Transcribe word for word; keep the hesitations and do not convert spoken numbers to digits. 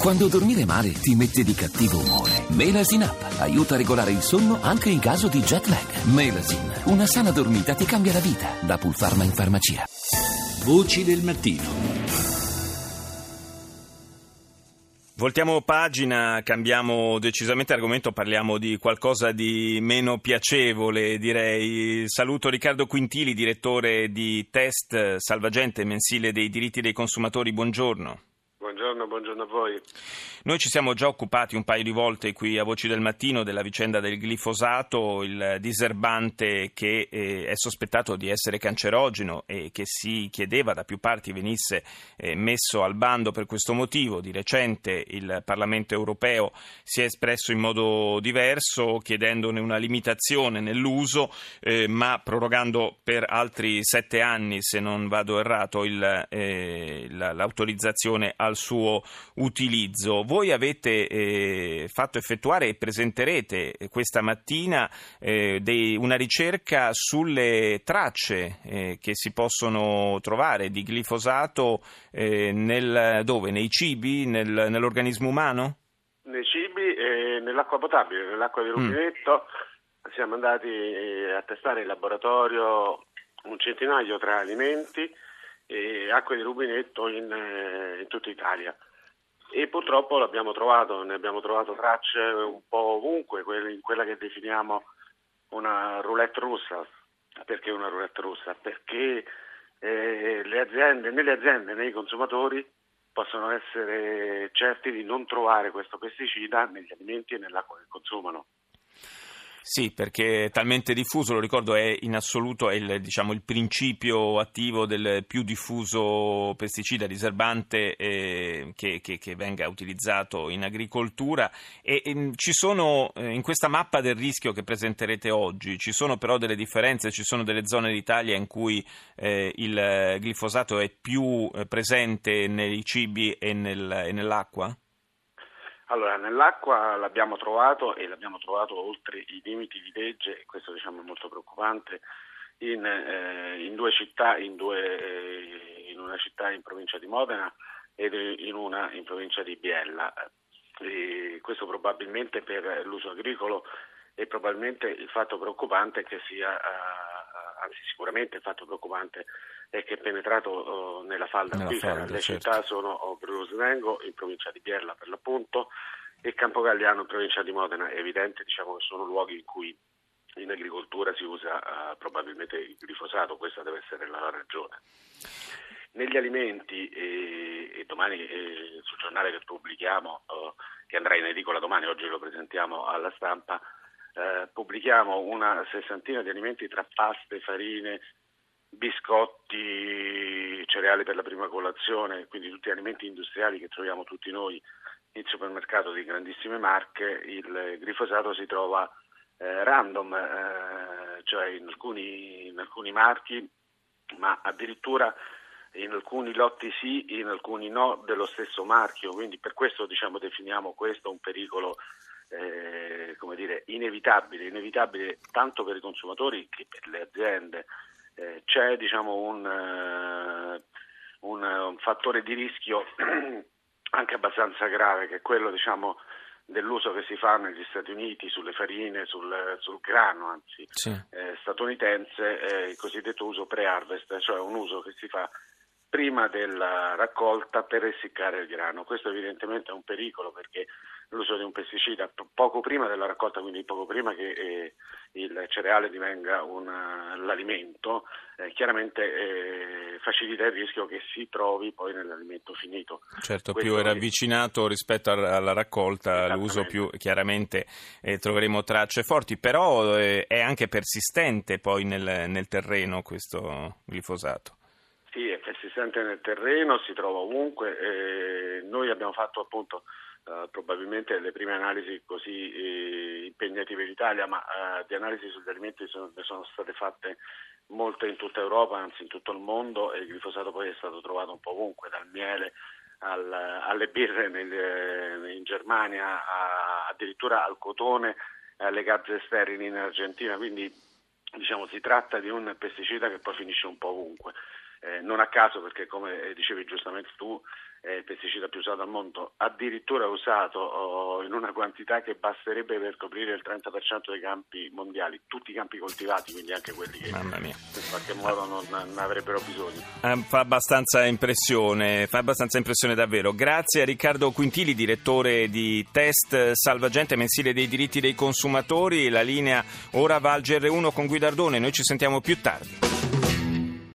Quando dormire male ti mette di cattivo umore, Melasin Up aiuta a regolare il sonno anche in caso di jet lag. Melasin, una sana dormita ti cambia la vita. Da Pulpharma in farmacia. Voci del mattino. Voltiamo pagina, cambiamo decisamente argomento, parliamo di qualcosa di meno piacevole, direi. Saluto Riccardo Quintili, direttore di Test, Salvagente mensile dei diritti dei consumatori. Buongiorno. Buongiorno, buongiorno a voi. Noi ci siamo già occupati un paio di volte qui a Voci del Mattino della vicenda del glifosato, il diserbante che eh, è sospettato di essere cancerogeno e che si chiedeva da più parti venisse eh, messo al bando per questo motivo. Di recente il Parlamento europeo si è espresso in modo diverso chiedendone una limitazione nell'uso, eh, ma prorogando per altri sette anni, se non vado errato, il, eh, la, l'autorizzazione al suo utilizzo. Voi avete eh, fatto effettuare e presenterete questa mattina eh, dei, una ricerca sulle tracce eh, che si possono trovare di glifosato eh, nel, dove? Nei cibi, nel, nell'organismo umano? Nei cibi e nell'acqua potabile, nell'acqua di rubinetto. Mm. Siamo andati a testare in laboratorio un centinaio tra alimenti e acque di rubinetto in, in tutta Italia. E purtroppo l'abbiamo trovato, ne abbiamo trovato tracce un po' ovunque, in quella che definiamo una roulette russa. Perché una roulette russa? Perché eh, le aziende, né le aziende né i consumatori possono essere certi di non trovare questo pesticida negli alimenti e nell'acqua che consumano. Sì, perché è talmente diffuso, lo ricordo, è in assoluto è il, diciamo, il principio attivo del più diffuso pesticida diserbante eh, che, che, che venga utilizzato in agricoltura e, e ci sono eh, in questa mappa del rischio che presenterete oggi, ci sono però delle differenze, ci sono delle zone d'Italia in cui eh, il glifosato è più eh, presente nei cibi e, nel, e nell'acqua? Allora, nell'acqua l'abbiamo trovato e l'abbiamo trovato oltre i limiti di legge, e questo diciamo è molto preoccupante, in, eh, in due città, in, due, eh, in una città in provincia di Modena ed in una in provincia di Biella. E questo probabilmente per l'uso agricolo e probabilmente il fatto preoccupante è che sia, eh, anzi sicuramente il fatto preoccupante è che è penetrato uh, nella falda acquifera. Le certo. città sono Bruslengo in provincia di Biella per l'appunto e Campogalliano in provincia di Modena. È evidente, diciamo, che sono luoghi in cui in agricoltura si usa uh, probabilmente il glifosato, questa deve essere la ragione. Negli alimenti, e, e domani eh, sul giornale che pubblichiamo, uh, che andrà in edicola domani, oggi lo presentiamo alla stampa, uh, pubblichiamo una sessantina di alimenti tra paste, farine, biscotti, cereali per la prima colazione, quindi tutti alimenti industriali che troviamo tutti noi in supermercato di grandissime marche. Il glifosato si trova eh, random, eh, cioè in alcuni, in alcuni marchi, ma addirittura in alcuni lotti sì, in alcuni no dello stesso marchio, quindi per questo diciamo definiamo questo un pericolo eh, come dire inevitabile, inevitabile tanto per i consumatori che per le aziende. Eh, c'è diciamo un, uh, un, un fattore di rischio anche abbastanza grave, che è quello diciamo dell'uso che si fa negli Stati Uniti sulle farine, sul, sul grano anzi sì. eh, statunitense, eh, il cosiddetto uso pre-harvest, cioè un uso che si fa prima della raccolta per essiccare il grano. Questo evidentemente è un pericolo perché l'uso di un pesticida poco prima della raccolta, quindi poco prima che eh, il cereale divenga un, uh, l'alimento, eh, chiaramente eh, facilita il rischio che si trovi poi nell'alimento finito. Certo, Questo più è è... ravvicinato rispetto alla raccolta, l'uso più chiaramente eh, troveremo tracce forti, però eh, è anche persistente poi nel, nel terreno questo glifosato. Sì, è persistente nel terreno, si trova ovunque. Eh, noi abbiamo fatto appunto eh, probabilmente le prime analisi così eh, impegnative in Italia, ma eh, di analisi sugli alimenti sono, ne sono state fatte molte in tutta Europa, anzi in tutto il mondo, e il glifosato poi è stato trovato un po' ovunque, dal miele al, alle birre nel, in Germania, a, addirittura al cotone, alle gazze sterili in Argentina, quindi diciamo si tratta di un pesticida che poi finisce un po' ovunque. Eh, non a caso, perché come dicevi giustamente tu, è il pesticida più usato al mondo, addirittura usato oh, in una quantità che basterebbe per coprire il trenta per cento dei campi mondiali, tutti i campi coltivati, quindi anche quelli che Mamma mia. in qualche modo non, non avrebbero bisogno. Eh, fa abbastanza impressione, fa abbastanza impressione davvero. Grazie a Riccardo Quintili, direttore di Test Salvagente, mensile dei diritti dei consumatori. La linea ora va al G R uno con Guidardone, noi ci sentiamo più tardi.